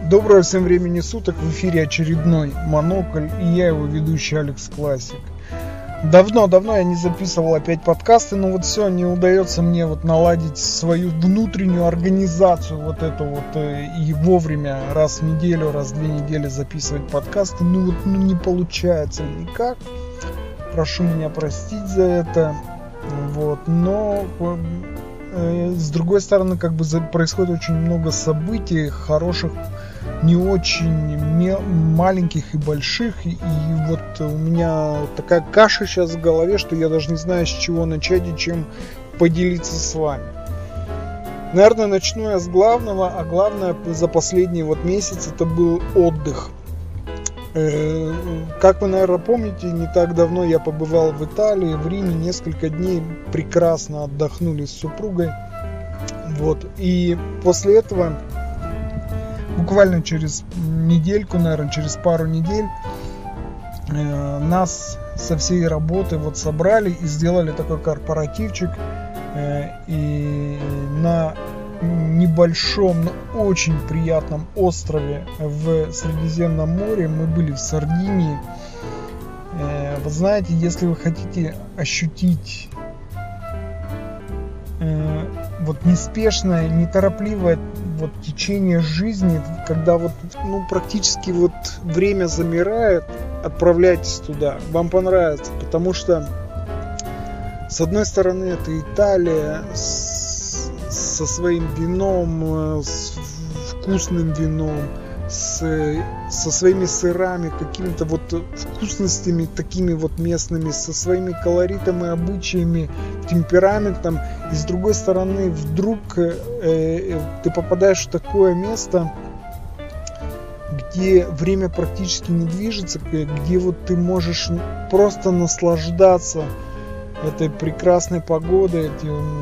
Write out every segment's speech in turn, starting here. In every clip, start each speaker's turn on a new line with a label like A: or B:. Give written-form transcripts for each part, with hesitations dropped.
A: Доброго всем времени суток, в эфире очередной Монокль, и я его ведущий Алекс Классик. Давно я не записывал опять подкасты, но вот все, не удается мне вот наладить свою внутреннюю организацию вот эту вот и вовремя раз в неделю, раз в 2 недели записывать подкасты, не получается никак. Прошу меня простить за это, вот, но с другой стороны, как бы происходит очень много событий, хороших, не очень маленьких и больших, и вот у меня такая каша сейчас в голове, что я даже не знаю, с чего начать и чем поделиться с вами. Наверное, начну я с главного, а главное за последний вот месяц это был отдых. Как вы, наверное, помните, не так давно я побывал в Италии, в Риме, несколько дней прекрасно отдохнули с супругой. Вот. И после этого, буквально через недельку, наверное, через пару недель, нас со всей работы вот собрали и сделали такой корпоративчик. И на небольшом, но очень приятном острове в Средиземном море мы были в Сардинии. Вы знаете, если вы хотите ощутить вот неспешное, неторопливое вот течение жизни, когда вот практически вот время замирает, отправляйтесь туда, вам понравится, потому что с одной стороны это Италия со своим вином, с вкусным вином, со своими сырами, какими-то вот вкусностями такими вот местными, со своими колоритом и обычаями, темпераментом. И с другой стороны, вдруг ты попадаешь в такое место, где время практически не движется, где вот ты можешь просто наслаждаться этой прекрасной погодой,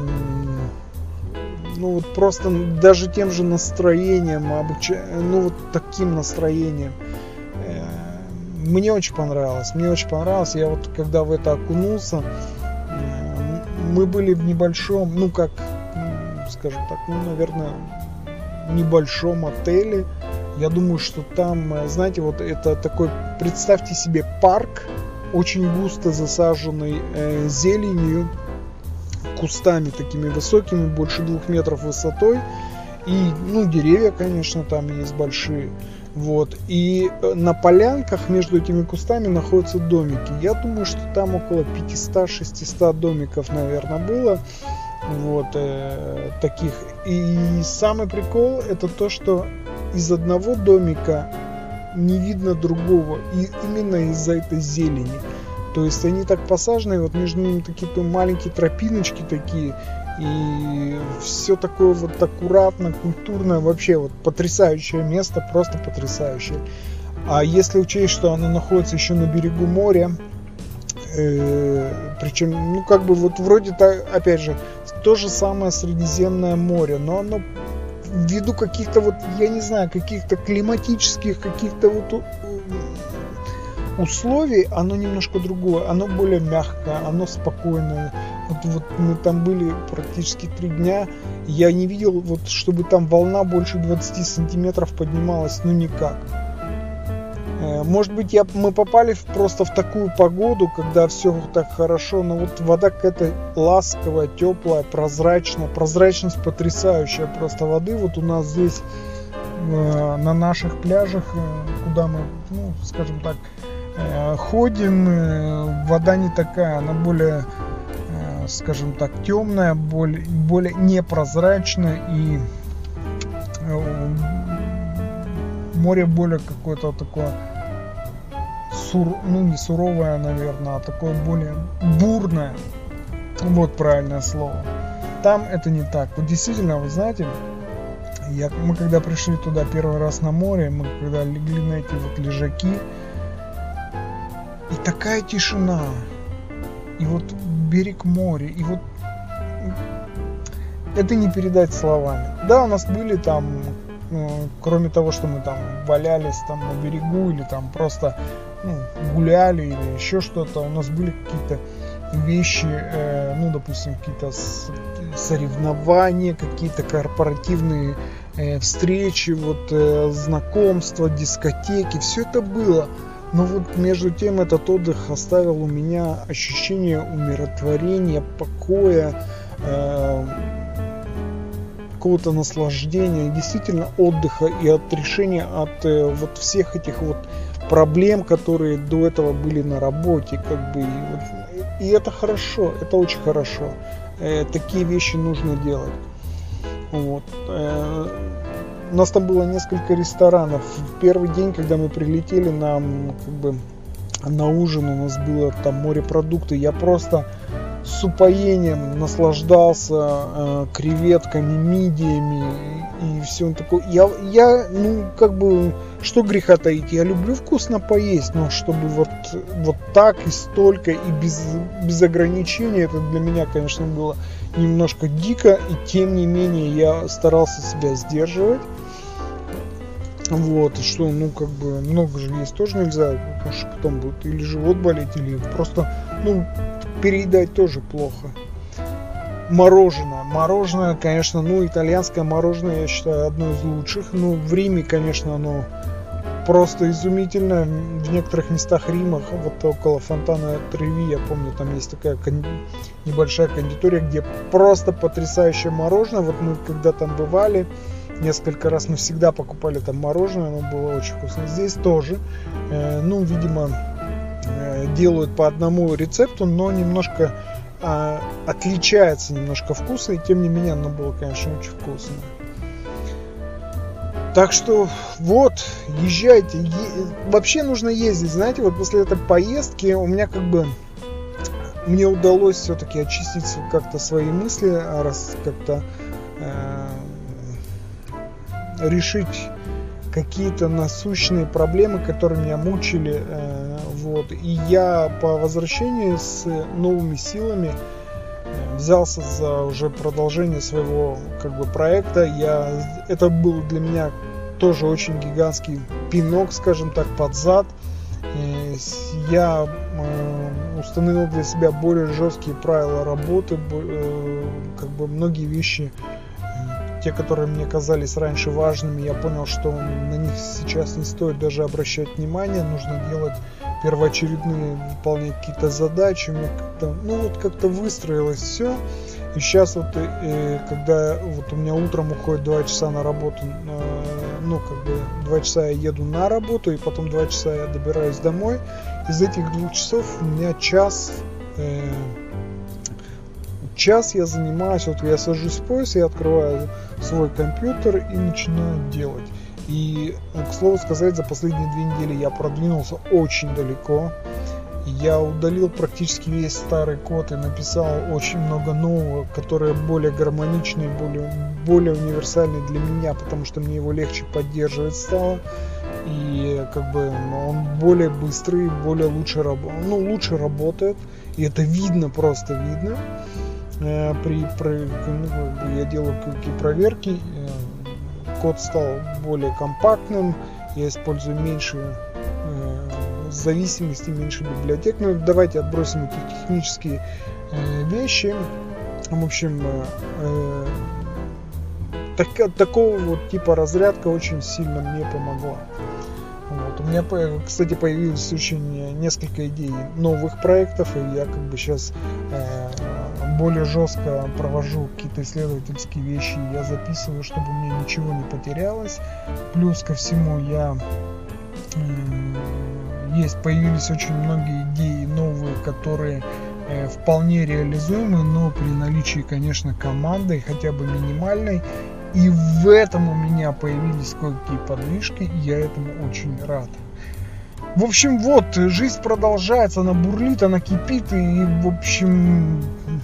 A: просто даже тем же настроением, вот таким настроением. Мне очень понравилось. Я вот когда в это окунулся, мы были в небольшом, наверное, небольшом отеле. Я думаю, что там, знаете, вот это такой, представьте себе парк, очень густо засаженный зеленью, кустами такими высокими, больше 2 метров высотой. И, деревья, конечно, там есть большие. Вот. И на полянках между этими кустами находятся домики. Я думаю, что там около 500-600 домиков, наверное, было. Вот, таких. И самый прикол это то, что из одного домика не видно другого. И именно из-за этой зелени. То есть они так посажены, вот между ними такие маленькие тропиночки такие, и все такое вот аккуратно, культурно, вообще вот потрясающее место, просто потрясающее. А если учесть, что оно находится еще на берегу моря, причем, вот вроде, опять же, то же самое Средиземное море, но оно ввиду каких-то вот, я не знаю, каких-то климатических, каких-то вот условий, оно немножко другое, оно более мягкое, оно спокойное. Вот мы там были практически 3 дня, я не видел, вот, чтобы там волна больше 20 сантиметров поднималась, никак. Может быть, мы попали просто в такую погоду, когда все так хорошо, но вот вода какая-то ласковая, теплая, прозрачная, прозрачность потрясающая просто воды. Вот у нас здесь на наших пляжах, куда мы, скажем так, ходим, вода не такая, она более, скажем так, темная, более непрозрачная, и море более какое-то такое не суровое, наверное, а такое более бурное. Вот правильное слово. Там это не так. Вот действительно, вы знаете, мы когда пришли туда первый раз на море, мы когда легли на эти вот лежаки, и такая тишина, и вот берег моря, и вот это не передать словами. Да, у нас были там, кроме того, что мы там валялись там на берегу или там просто гуляли или еще что-то, у нас были какие-то вещи, допустим, какие-то соревнования, какие-то корпоративные встречи, вот знакомства, дискотеки, все это было. Но вот между тем этот отдых оставил у меня ощущение умиротворения, покоя, какого-то наслаждения, действительно отдыха и отрешения от вот всех этих вот проблем, которые до этого были на работе, как бы, и это хорошо, это очень хорошо. Такие вещи нужно делать. Вот. У нас там было несколько ресторанов. В первый день, когда мы прилетели, нам как бы на ужин у нас было там морепродукты. Я просто с упоением наслаждался креветками, мидиями и всем такое. Я, ну, как бы, что греха таить, я люблю вкусно поесть, но чтобы вот так и столько, и без ограничений, это для меня, конечно, было немножко дико, и тем не менее я старался себя сдерживать. Вот, что, ну, как бы, много же есть тоже нельзя, потому что потом будет или живот болеть, или просто, ну, переедать тоже плохо. Мороженое, конечно, ну, итальянское мороженое, я считаю, одно из лучших. Ну, в Риме, конечно, оно просто изумительно. В некоторых местах Рима, вот около фонтана Треви, я помню, там есть такая небольшая кондитерия, где просто потрясающее мороженое. Вот мы когда там бывали, несколько раз мы всегда покупали там мороженое, оно было очень вкусно. Здесь тоже, ну, видимо, делают по одному рецепту, но немножко отличается немножко вкуса, и тем не менее оно было, конечно, очень вкусное. Так что вот, езжайте. Вообще нужно ездить, знаете, вот после этой поездки у меня как бы, мне удалось все-таки очистить как-то свои мысли, раз как-то решить какие-то насущные проблемы, которые меня мучили, вот. И я по возвращении с новыми силами взялся за уже продолжение своего как бы проекта. Это был для меня тоже очень гигантский пинок, скажем так, под зад. Я установил для себя более жесткие правила работы, как бы многие вещи, те, которые мне казались раньше важными, я понял, что на них сейчас не стоит даже обращать внимание, нужно делать первоочередные, выполнять какие-то задачи. У меня как-то выстроилось все. И сейчас вот, когда вот у меня утром уходит 2 часа на работу, ну, как бы 2 часа я еду на работу, и потом 2 часа я добираюсь домой. Из этих 2 часов у меня час я занимаюсь, вот я сажусь в поезд, я открываю свой компьютер и начинаю делать. И, к слову сказать, за последние 2 недели я продвинулся очень далеко. Я удалил практически весь старый код и написал очень много нового, которое более гармоничное, более универсальное для меня, потому что мне его легче поддерживать стало. И как бы он более быстрый, лучше работает. И это видно, просто видно. Я делаю какие проверки, код стал более компактным, я использую меньше зависимости, меньше библиотек. Но давайте отбросим эти технические вещи. В общем, такого вот типа разрядка очень сильно мне помогла. Вот. У меня, кстати, появилось очень несколько идей новых проектов, и я как бы сейчас более жестко провожу какие-то исследовательские вещи, я записываю, чтобы у меня ничего не потерялось. Плюс ко всему появились очень многие идеи новые, которые вполне реализуемы, но при наличии, конечно, команды, хотя бы минимальной. И в этом у меня появились кое-какие подвижки, и я этому очень рад. В общем, вот, жизнь продолжается, она бурлит, она кипит, и, в общем,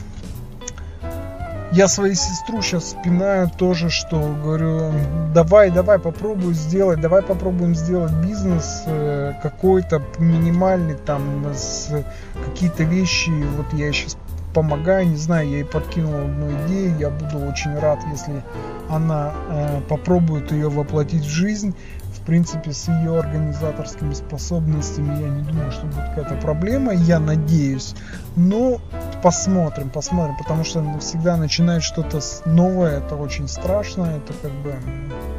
A: я своей сестру сейчас спинаю тоже, что говорю, давай попробуем сделать бизнес какой-то минимальный, там, какие-то вещи, вот я сейчас помогаю, не знаю, я ей подкинул одну идею, я буду очень рад, если она попробует ее воплотить в жизнь. В принципе, с ее организаторскими способностями я не думаю, что будет какая-то проблема, я надеюсь. Но посмотрим, потому что всегда начинать что-то новое, это очень страшно, это как бы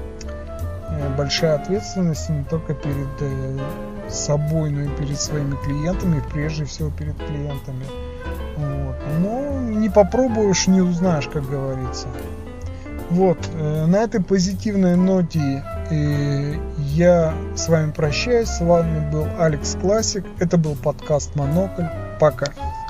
A: большая ответственность не только перед собой, но и перед своими клиентами, прежде всего перед клиентами. Вот. Но не попробуешь, не узнаешь, как говорится. Вот, на этой позитивной ноте я с вами прощаюсь. С вами был Алекс Классик. Это был подкаст Монокль. Пока.